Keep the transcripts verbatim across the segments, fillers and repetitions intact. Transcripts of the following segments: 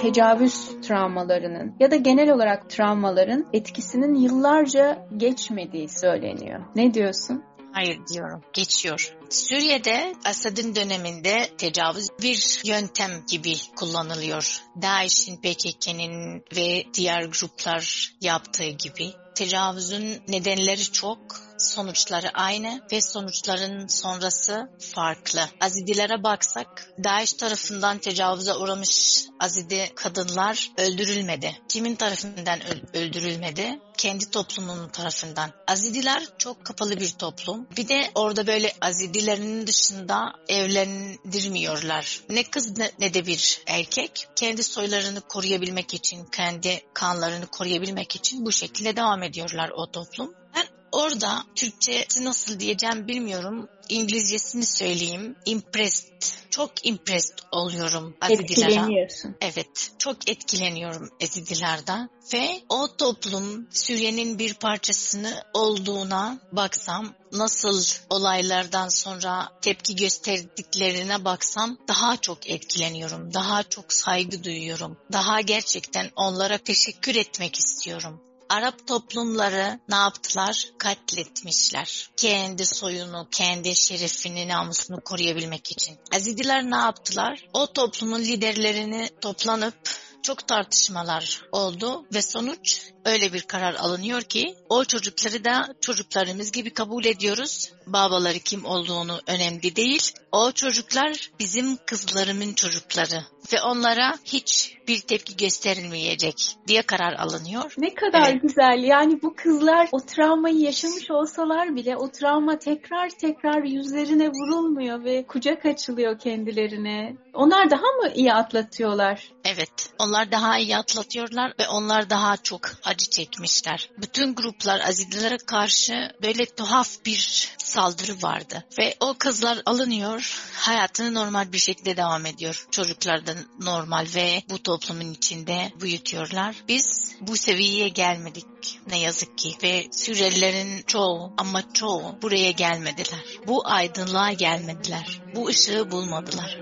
tecavüz travmalarının ya da genel olarak travmaların etkisinin yıllarca geçmediği söyleniyor. Ne diyorsun? Hayır diyorum, geçiyor. Suriye'de Esad'ın döneminde tecavüz bir yöntem gibi kullanılıyor. DAEŞ'in, P K K'nin ve diğer gruplar yaptığı gibi. Tecavüzün nedenleri çok, sonuçları aynı ve sonuçların sonrası farklı. Azidilere baksak, DAEŞ tarafından tecavüze uğramış Azidi kadınlar öldürülmedi. Kimin tarafından öldürülmedi? Kendi toplumunun tarafından. Azidiler çok kapalı bir toplum. Bir de orada böyle Azidilerin dışında evlendirmiyorlar. Ne kız ne, ne de bir erkek. Kendi soylarını koruyabilmek için, kendi kanlarını koruyabilmek için bu şekilde devam ediyorlar o toplum. Ben orada Türkçesi nasıl diyeceğim bilmiyorum. İngilizcesini söyleyeyim. Impressed. Çok impressed oluyorum Azidilere. Etkileniyorsun. Evet, çok etkileniyorum Azidilerden. Ve o toplum Suriye'nin bir parçasını olduğuna baksam, nasıl olaylardan sonra tepki gösterdiklerine baksam daha çok etkileniyorum. Daha çok saygı duyuyorum. Daha gerçekten onlara teşekkür etmek istiyorum. Arap toplumları ne yaptılar? Katletmişler. Kendi soyunu, kendi şerefini, namusunu koruyabilmek için. Azidiler ne yaptılar? O toplumun liderlerini toplanıp çok tartışmalar oldu ve sonuç öyle bir karar alınıyor ki o çocukları da çocuklarımız gibi kabul ediyoruz. Babaları kim olduğunu önemli değil. O çocuklar bizim kızlarımın çocukları ve onlara hiç bir tepki gösterilmeyecek diye karar alınıyor. Ne kadar evet. güzel. Yani bu kızlar o travmayı yaşamış olsalar bile o travma tekrar tekrar yüzlerine vurulmuyor ve kucak açılıyor kendilerine. Onlar daha mı iyi atlatıyorlar? Evet, onlar daha iyi atlatıyorlar ve onlar daha çok acı çekmişler. Bütün gruplar Azidilere karşı böyle tuhaf bir saldırı vardı ve o kızlar alınıyor, hayatını normal bir şekilde devam ediyor. Çocuklar da normal ve bu toplumun içinde büyütüyorlar. Biz bu seviyeye gelmedik ne yazık ki ve Suriyelilerin çoğu ama çoğu buraya gelmediler. Bu aydınlığa gelmediler. Bu ışığı bulmadılar.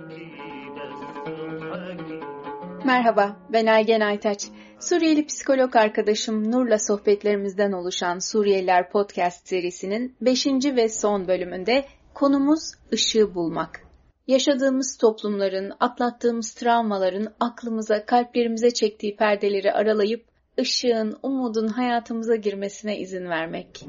Merhaba, ben Aygen Aytaç. Suriyeli psikolog arkadaşım Nur'la sohbetlerimizden oluşan Suriyeliler Podcast serisinin beşinci ve son bölümünde konumuz ışığı bulmak. Yaşadığımız toplumların, atlattığımız travmaların aklımıza, kalplerimize çektiği perdeleri aralayıp ışığın, umudun hayatımıza girmesine izin vermek.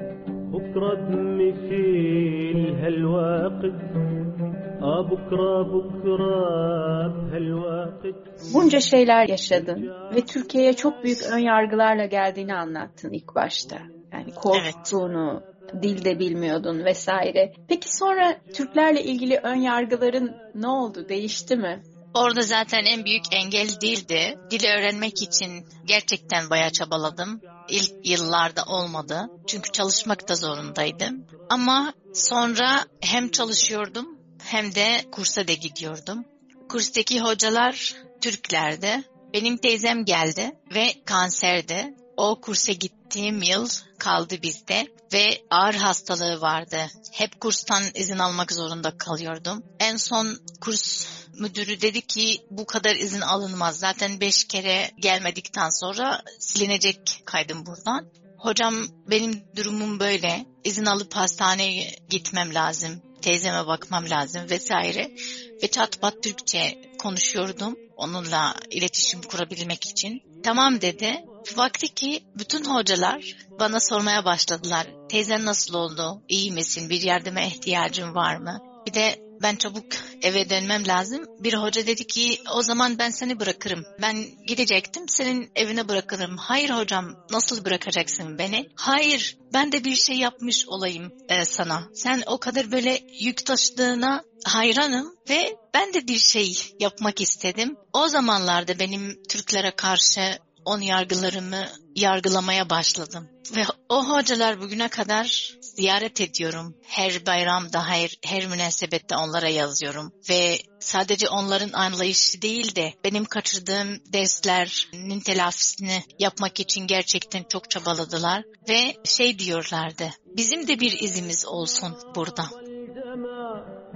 Bunca şeyler yaşadın ve Türkiye'ye çok büyük önyargılarla geldiğini anlattın ilk başta. Yani korktuğunu, evet. Dilde bilmiyordun vesaire. Peki sonra Türklerle ilgili önyargıların ne oldu? Değişti mi? Orada zaten en büyük engel dildi. Dili öğrenmek için gerçekten bayağı çabaladım. İlk yıllarda olmadı. Çünkü çalışmak da zorundaydım. Ama sonra hem çalışıyordum hem de kursa da gidiyordum. Kurstaki hocalar Türklerdi. Benim teyzem geldi ve kanserdi. O kursa gittiğim yıl kaldı bizde ve ağır hastalığı vardı. Hep kurstan izin almak zorunda kalıyordum. En son kurs müdürü dedi ki bu kadar izin alınmaz. Zaten beş kere gelmedikten sonra silinecek kaydım buradan. Hocam benim durumum böyle. İzin alıp hastaneye gitmem lazım. Teyzeme bakmam lazım vesaire. Ve çat pat Türkçe konuşuyordum onunla iletişim kurabilmek için. Tamam dedi. Vakti ki bütün hocalar bana sormaya başladılar. Teyzen nasıl oldu? İyi misin? Bir yardıma ihtiyacın var mı? Bir de ben çabuk eve dönmem lazım. Bir hoca dedi ki o zaman ben seni bırakırım. Ben gidecektim senin evine bırakırım. Hayır hocam nasıl bırakacaksın beni? Hayır ben de bir şey yapmış olayım e, sana. Sen o kadar böyle yük taşıdığına hayranım ve ben de bir şey yapmak istedim. O zamanlarda benim Türklere karşı on yargılarımı yargılamaya başladım. Ve o hocalar bugüne kadar ziyaret ediyorum. Her bayramda, her, her münasebette onlara yazıyorum. Ve sadece onların anlayışı değil de benim kaçırdığım derslerin telafisini yapmak için gerçekten çok çabaladılar. Ve şey diyorlardı, bizim de bir izimiz olsun burada.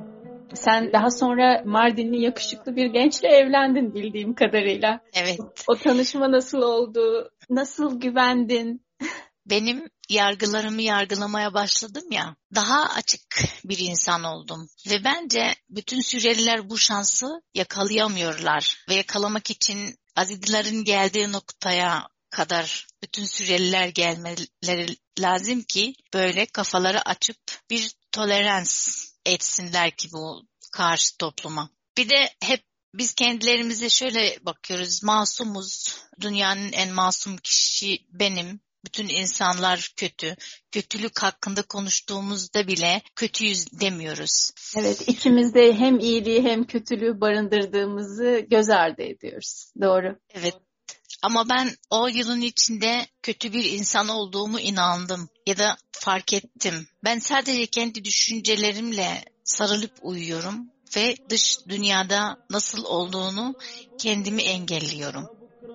Sen daha sonra Mardinli yakışıklı bir gençle evlendin bildiğim kadarıyla. Evet. O tanışma nasıl oldu? Nasıl güvendin? Benim yargılarımı yargılamaya başladım ya, daha açık bir insan oldum. Ve bence bütün Suriyeliler bu şansı yakalayamıyorlar. Ve yakalamak için Azidilerin geldiği noktaya kadar bütün Suriyeliler gelmeleri lazım ki böyle kafaları açıp bir tolerans etsinler ki bu karşı topluma. Bir de hep biz kendilerimize şöyle bakıyoruz, masumuz, dünyanın en masum kişi benim. Bütün insanlar kötü. Kötülük hakkında konuştuğumuzda bile kötüyüz demiyoruz. Evet, içimizde hem iyiliği hem kötülüğü barındırdığımızı göz ardı ediyoruz. Doğru. Evet. Ama ben o yılın içinde kötü bir insan olduğumu inandım ya da fark ettim. Ben sadece kendi düşüncelerimle sarılıp uyuyorum ve dış dünyada nasıl olduğunu kendimi engelliyorum.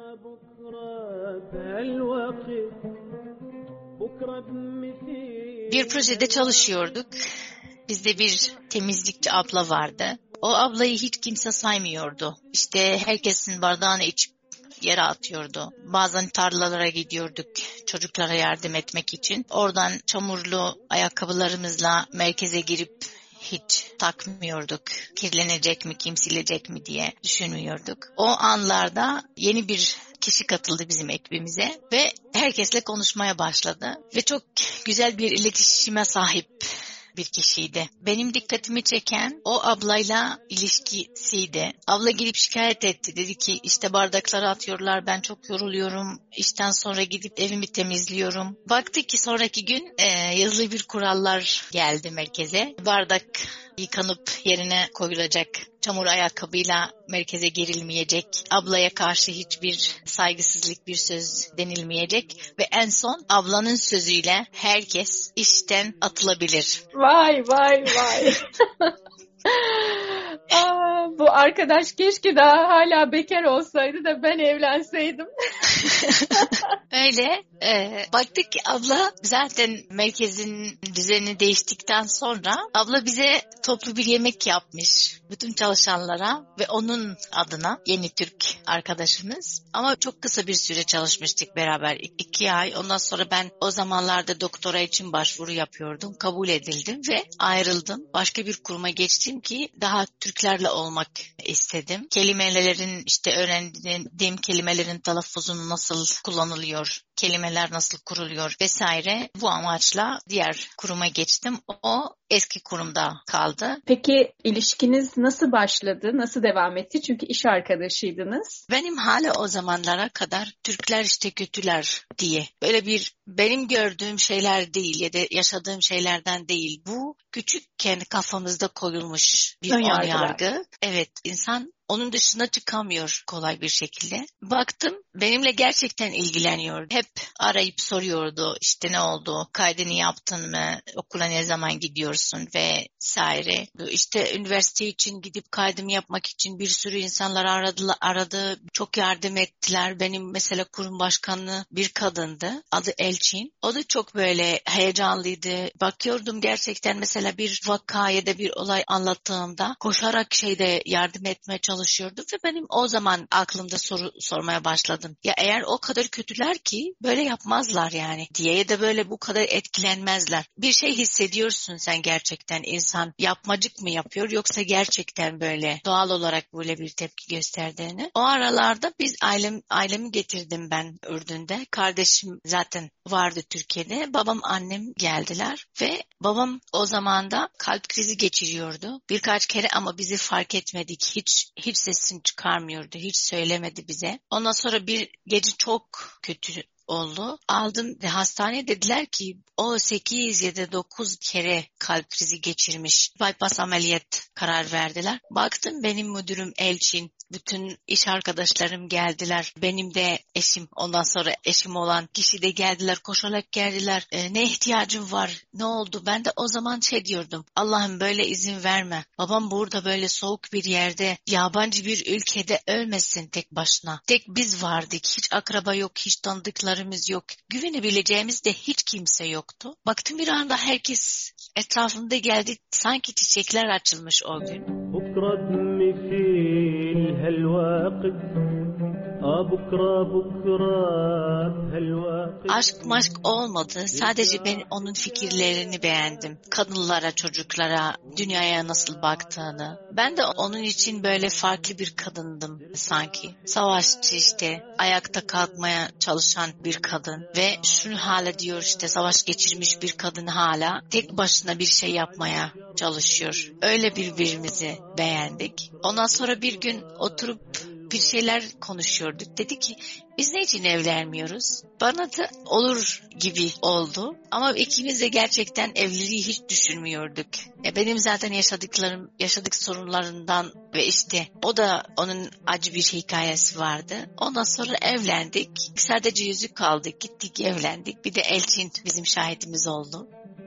Bir projede çalışıyorduk. Bizde bir temizlikçi abla vardı. O ablayı hiç kimse saymıyordu. İşte herkesin bardağını içip yere atıyordu. Bazen tarlalara gidiyorduk çocuklara yardım etmek için. Oradan çamurlu ayakkabılarımızla merkeze girip hiç takmıyorduk. Kirlenecek mi, kim silecek mi diye düşünmüyorduk. O anlarda yeni bir kişi katıldı bizim ekibimize ve herkesle konuşmaya başladı. Ve çok güzel bir iletişime sahip bir kişiydi. Benim dikkatimi çeken o ablayla ilişkisiydi. Abla gelip şikayet etti. Dedi ki işte bardakları atıyorlar, ben çok yoruluyorum. İşten sonra gidip evimi temizliyorum. Baktık ki sonraki gün e, yazılı bir kurallar geldi merkeze. Bardak yıkanıp yerine koyulacak. Çamur ayakkabıyla merkeze gerilmeyecek. Ablaya karşı hiçbir saygısızlık bir söz denilmeyecek. Ve en son ablanın sözüyle herkes işten atılabilir. Vay vay vay. Aa, bu arkadaş keşke daha hala bekar olsaydı da ben evlenseydim. Öyle. E, baktık ki abla zaten merkezin düzeni değiştikten sonra abla bize toplu bir yemek yapmış. Bütün çalışanlara ve onun adına Yeni Türk arkadaşımız. Ama çok kısa bir süre çalışmıştık beraber. iki ay. Ondan sonra ben o zamanlarda doktora için başvuru yapıyordum. Kabul edildim ve ayrıldım. Başka bir kuruma geçtim ki daha Türklerle olmak istedim. Kelimelerin işte öğrendiğim kelimelerin telaffuzunu nasıl kullanılıyor, kelimeler nasıl kuruluyor vesaire, bu amaçla diğer kuruma geçtim. O eski kurumda kaldı. Peki ilişkiniz nasıl başladı, nasıl devam etti? Çünkü iş arkadaşıydınız. Benim hala o zamanlara kadar Türkler işte kötüler diye böyle bir benim gördüğüm şeyler değil ya da yaşadığım şeylerden değil. Bu küçükken kafamızda koyulmuş bir ön yargı. Evet, insan onun dışına çıkamıyor kolay bir şekilde. Baktım benimle gerçekten ilgileniyor. Hep arayıp soruyordu işte ne oldu, kaydını yaptın mı, okula ne zaman gidiyorsun vesaire. İşte üniversite için gidip kaydımı yapmak için bir sürü insanlar aradılar, aradı. Çok yardım ettiler. Benim mesela kurum başkanı bir kadındı. Adı Elçin. O da çok böyle heyecanlıydı. Bakıyordum gerçekten mesela bir vaka ya da bir olay anlattığımda koşarak şeyde yardım etmeye çalışıyordum ve benim o zaman aklımda soru sormaya başladım. Ya eğer o kadar kötüler ki böyle yapmazlar yani diye ya da böyle bu kadar etkilenmezler. Bir şey hissediyorsun sen gerçekten, insan yapmacık mı yapıyor yoksa gerçekten böyle doğal olarak böyle bir tepki gösterdiğini. O aralarda biz ailem, ailemi getirdim ben Ürdün'de. Kardeşim zaten vardı Türkiye'de. Babam annem geldiler ve babam o zaman da kalp krizi geçiriyordu. Birkaç kere ama bizi fark etmedik. Hiç hiç sesini çıkarmıyordu. Hiç söylemedi bize. Ondan sonra bir gece çok kötü oldu. Aldım ve hastaneye dediler ki o sekiz ya da dokuz kere kalp krizi geçirmiş. Bypass ameliyat karar verdiler. Baktım benim müdürüm Elçin, bütün iş arkadaşlarım geldiler. Benim de eşim, ondan sonra eşim olan kişi de geldiler, koşarak geldiler. E, ne ihtiyacım var? Ne oldu? Ben de o zaman şey diyordum. Allah'ım böyle izin verme. Babam burada böyle soğuk bir yerde, yabancı bir ülkede ölmesin tek başına. Tek biz vardık. Hiç akraba yok, hiç tanıdıklarımız yok. Güvenebileceğimiz de hiç kimse yoktu. Baktım bir anda herkes etrafımda geldi, sanki çiçekler açılmış o gün. Aşk maşk olmadı. Sadece ben onun fikirlerini beğendim. Kadınlara, çocuklara, dünyaya nasıl baktığını. Ben de onun için böyle farklı bir kadındım sanki. Savaşçı işte, ayakta kalkmaya çalışan bir kadın. Ve şunu hala diyor işte, savaş geçirmiş bir kadın hala tek başına bir şey yapmaya çalışıyor. Öyle birbirimizi beğendik. Ondan sonra bir gün oturup bir şeyler konuşuyorduk. Dedi ki biz ne için evlenmiyoruz? Bana da olur gibi oldu. Ama ikimiz de gerçekten evliliği hiç düşünmüyorduk. E benim zaten yaşadıklarım, yaşadık sorunlarından ve işte o da, onun acı bir hikayesi vardı. Ondan sonra evlendik. Sadece yüzük kaldık, gittik evlendik. Bir de Elçin bizim şahitimiz oldu.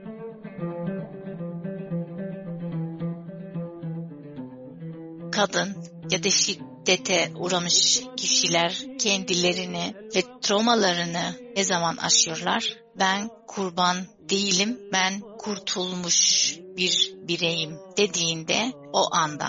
Kadın ya da şiddete uğramış kişiler kendilerini ve travmalarını ne zaman aşıyorlar? Ben kurban değilim, ben kurtulmuş bir bireyim dediğinde o anda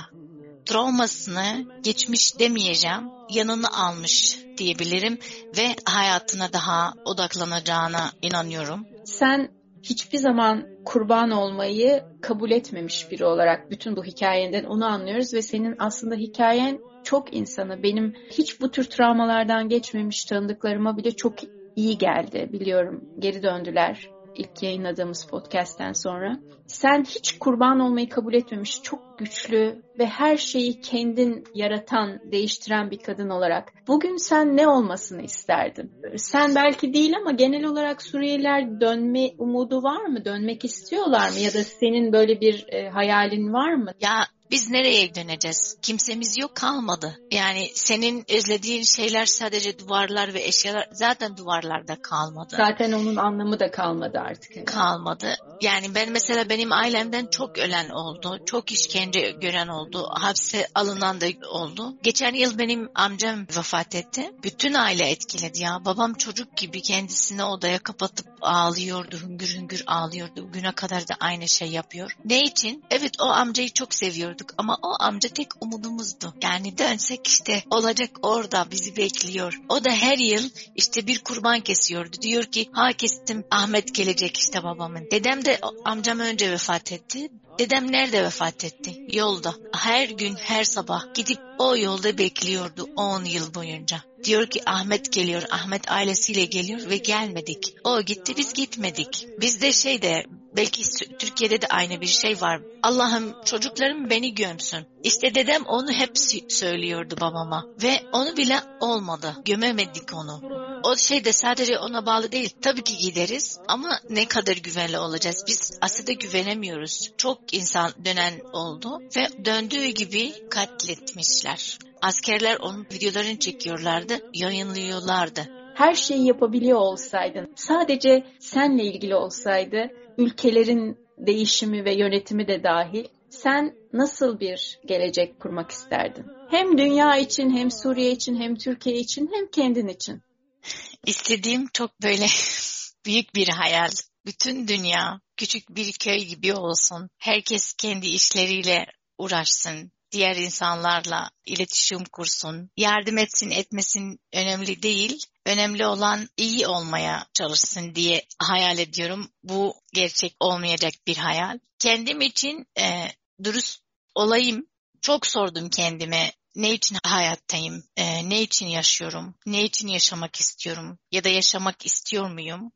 travmasını geçmiş demeyeceğim, yanına almış diyebilirim ve hayatına daha odaklanacağına inanıyorum. Sen hiçbir zaman kurban olmayı kabul etmemiş biri olarak bütün bu hikayenden onu anlıyoruz ve senin aslında hikayen çok insanı, benim hiç bu tür travmalardan geçmemiş tanıdıklarıma bile çok iyi geldi, biliyorum. Geri döndüler ilk yayınladığımız podcast'ten sonra. Sen hiç kurban olmayı kabul etmemiş, çok güçlü ve her şeyi kendin yaratan, değiştiren bir kadın olarak bugün sen ne olmasını isterdin? Sen belki değil ama genel olarak Suriyeliler dönme umudu var mı? Dönmek istiyorlar mı? Ya da senin böyle bir e, hayalin var mı? Ya biz nereye döneceğiz? Kimsemiz yok, kalmadı. Yani senin özlediğin şeyler sadece duvarlar ve eşyalar, zaten duvarlarda kalmadı. Zaten onun anlamı da kalmadı artık. Yani. Kalmadı. Yani ben mesela benim ailemden çok ölen oldu. Çok işkence gören oldu. Hapse alınan da oldu. Geçen yıl benim amcam vefat etti. Bütün aile etkiledi ya. Babam çocuk gibi kendisini odaya kapatıp ağlıyordu. Hüngür hüngür ağlıyordu. Bugüne kadar da aynı şey yapıyor. Ne için? Evet, o amcayı çok seviyorduk ama o amca tek umudumuzdu. Yani dönsek işte olacak, orada bizi bekliyor. O da her yıl işte bir kurban kesiyordu. Diyor ki ha kestim, Ahmet gelecek işte babamın. Dedem de amcam önce vefat etti. Dedem nerede vefat etti? Yolda. Her gün, her sabah gidip o yolda bekliyordu on yıl boyunca. Diyor ki Ahmet geliyor, Ahmet ailesiyle geliyor ve gelmedik. O gitti, biz gitmedik. Bizde şey de, belki Türkiye'de de aynı bir şey var. Allah'ım çocuklarım beni gömsün. İşte dedem onu hep söylüyordu babama ve onu bile olmadı. Gömemedik onu. O şey de sadece ona bağlı değil. Tabii ki gideriz ama ne kadar güvenli olacağız? Biz aslında güvenemiyoruz. Çok insan dönen oldu ve döndüğü gibi katletmişler. Askerler onun videolarını çekiyorlardı, yayınlıyorlardı. Her şeyi yapabiliyor olsaydın, sadece senle ilgili olsaydı, ülkelerin değişimi ve yönetimi de dahil, sen nasıl bir gelecek kurmak isterdin? Hem dünya için, hem Suriye için, hem Türkiye için, hem kendin için. İstediğim çok böyle büyük bir hayal. Bütün dünya küçük bir köy gibi olsun. Herkes kendi işleriyle uğraşsın. Diğer insanlarla iletişim kursun. Yardım etsin etmesin önemli değil. Önemli olan iyi olmaya çalışsın diye hayal ediyorum. Bu gerçek olmayacak bir hayal. Kendim için e, dürüst olayım. Çok sordum kendime. Ne için hayattayım? E, ne için yaşıyorum? Ne için yaşamak istiyorum? Ya da yaşamak istiyor muyum?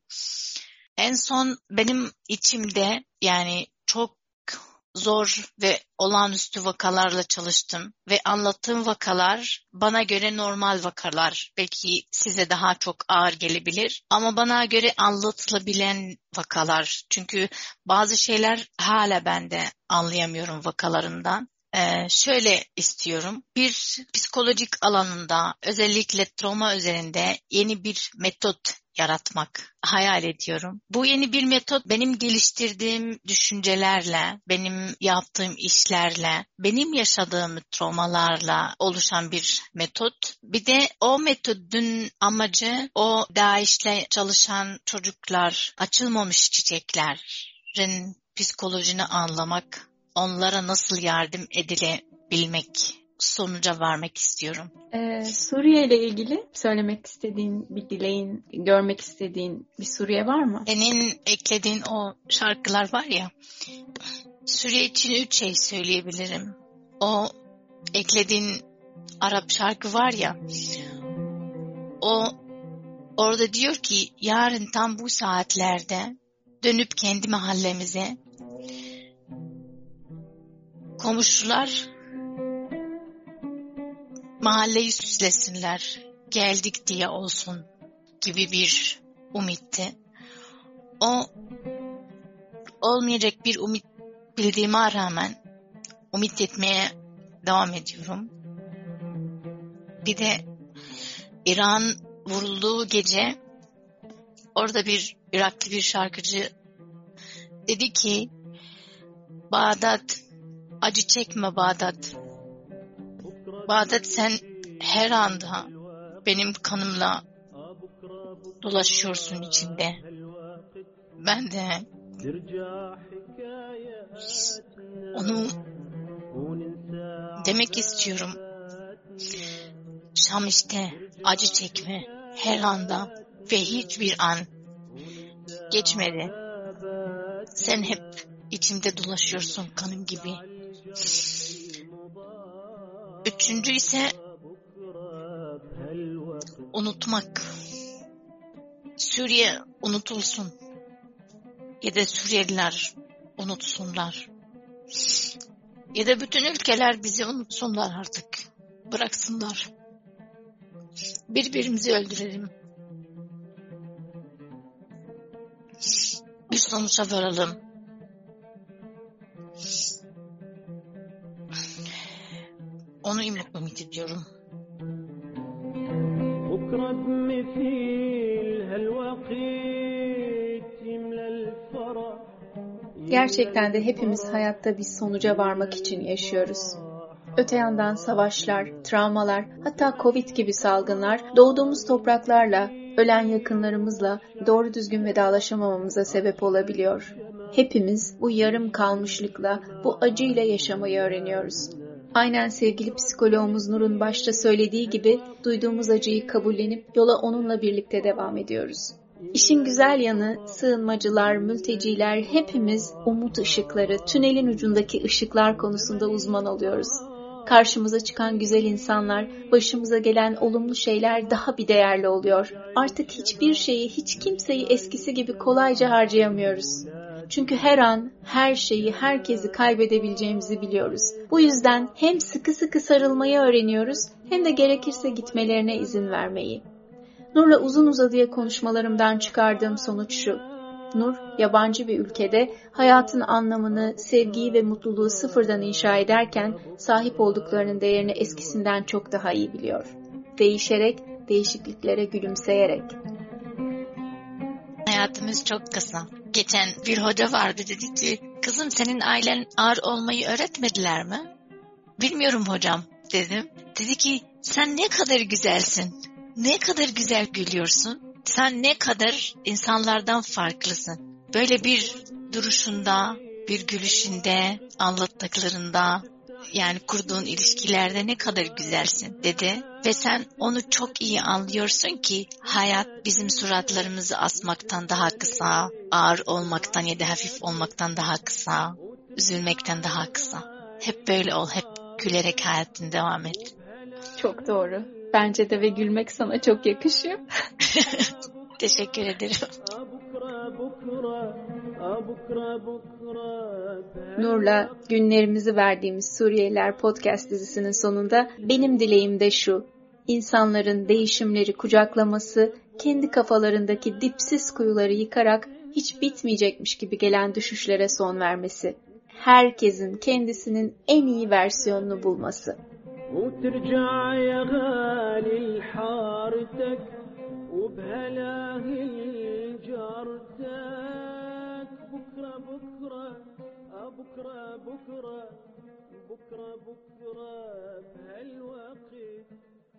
En son benim içimde, yani çok zor ve olağanüstü vakalarla çalıştım ve anlattığım vakalar bana göre normal vakalar. Belki size daha çok ağır gelebilir ama bana göre anlatılabilen vakalar. Çünkü bazı şeyler hala ben de anlayamıyorum vakalarından. Ee, şöyle istiyorum, bir psikolojik alanında, özellikle travma üzerinde yeni bir metot yaratmak hayal ediyorum. Bu yeni bir metot benim geliştirdiğim düşüncelerle, benim yaptığım işlerle, benim yaşadığım travmalarla oluşan bir metot. Bir de o metodun amacı o DAEŞ'le çalışan çocuklar, açılmamış çiçekler psikolojini anlamak, onlara nasıl yardım edilebilmek sonuca varmak istiyorum. Ee, Suriye ile ilgili söylemek istediğin bir dileğin, görmek istediğin bir Suriye var mı? Senin eklediğin o şarkılar var ya, Suriye için üç şey söyleyebilirim. O eklediğin Arap şarkı var ya, o orada diyor ki yarın tam bu saatlerde dönüp kendi mahallemize, komşular mahalleyi süslesinler, geldik diye olsun gibi bir ümitti. O olmayacak bir umut bildiğime rağmen umut etmeye devam ediyorum. Bir de İran vurulduğu gece orada bir Iraklı bir şarkıcı dedi ki Bağdat, acı çekme Bağdat. Bağdat, sen her anda benim kanımla dolaşıyorsun içinde. Ben de onu demek istiyorum. Şam işte acı çekme her anda ve hiçbir an geçmedi. Sen hep içimde dolaşıyorsun kanım gibi. Üçüncü ise unutmak. Suriye unutulsun. Ya da Suriyeliler unutsunlar. Ya da bütün ülkeler bizi unutsunlar artık. Bıraksınlar. Birbirimizi öldürelim. Bir sonuca varalım. Onu umut ediyorum. Gerçekten de hepimiz hayatta bir sonuca varmak için yaşıyoruz. Öte yandan savaşlar, travmalar, hatta Covid gibi salgınlar doğduğumuz topraklarla, ölen yakınlarımızla doğru düzgün vedalaşamamamıza sebep olabiliyor. Hepimiz bu yarım kalmışlıkla, bu acıyla yaşamayı öğreniyoruz. Aynen sevgili psikoloğumuz Nur'un başta söylediği gibi duyduğumuz acıyı kabullenip yola onunla birlikte devam ediyoruz. İşin güzel yanı sığınmacılar, mülteciler hepimiz umut ışıkları, tünelin ucundaki ışıklar konusunda uzman oluyoruz. Karşımıza çıkan güzel insanlar, başımıza gelen olumlu şeyler daha bir değerli oluyor. Artık hiçbir şeyi, hiç kimseyi eskisi gibi kolayca harcayamıyoruz. Çünkü her an, her şeyi, herkesi kaybedebileceğimizi biliyoruz. Bu yüzden hem sıkı sıkı sarılmayı öğreniyoruz, hem de gerekirse gitmelerine izin vermeyi. Nur'la uzun uzadıya konuşmalarımdan çıkardığım sonuç şu: Nur, yabancı bir ülkede hayatın anlamını, sevgiyi ve mutluluğu sıfırdan inşa ederken sahip olduklarının değerini eskisinden çok daha iyi biliyor. Değişerek, değişikliklere gülümseyerek. Hayatımız çok kısa. Geçen bir hoca vardı, dedi ki, kızım senin ailen ağır olmayı öğretmediler mi? Bilmiyorum hocam dedim. Dedi ki sen ne kadar güzelsin. Ne kadar güzel gülüyorsun. Sen ne kadar insanlardan farklısın. Böyle bir duruşunda, bir gülüşünde, anlattıklarında, yani kurduğun ilişkilerde ne kadar güzelsin dedi. Ve sen onu çok iyi anlıyorsun ki hayat bizim suratlarımızı asmaktan daha kısa, ağır olmaktan ya da hafif olmaktan daha kısa, üzülmekten daha kısa. Hep böyle ol, hep gülerek hayatın devam et. Çok doğru. Bence de ve gülmek sana çok yakışıyor. Teşekkür ederim. Nur'la günlerimizi verdiğimiz Suriyeliler podcast dizisinin sonunda benim dileğim de şu: İnsanların değişimleri kucaklaması, kendi kafalarındaki dipsiz kuyuları yıkarak hiç bitmeyecekmiş gibi gelen düşüşlere son vermesi. Herkesin kendisinin en iyi versiyonunu bulması. وترجع يا غالي لحارتك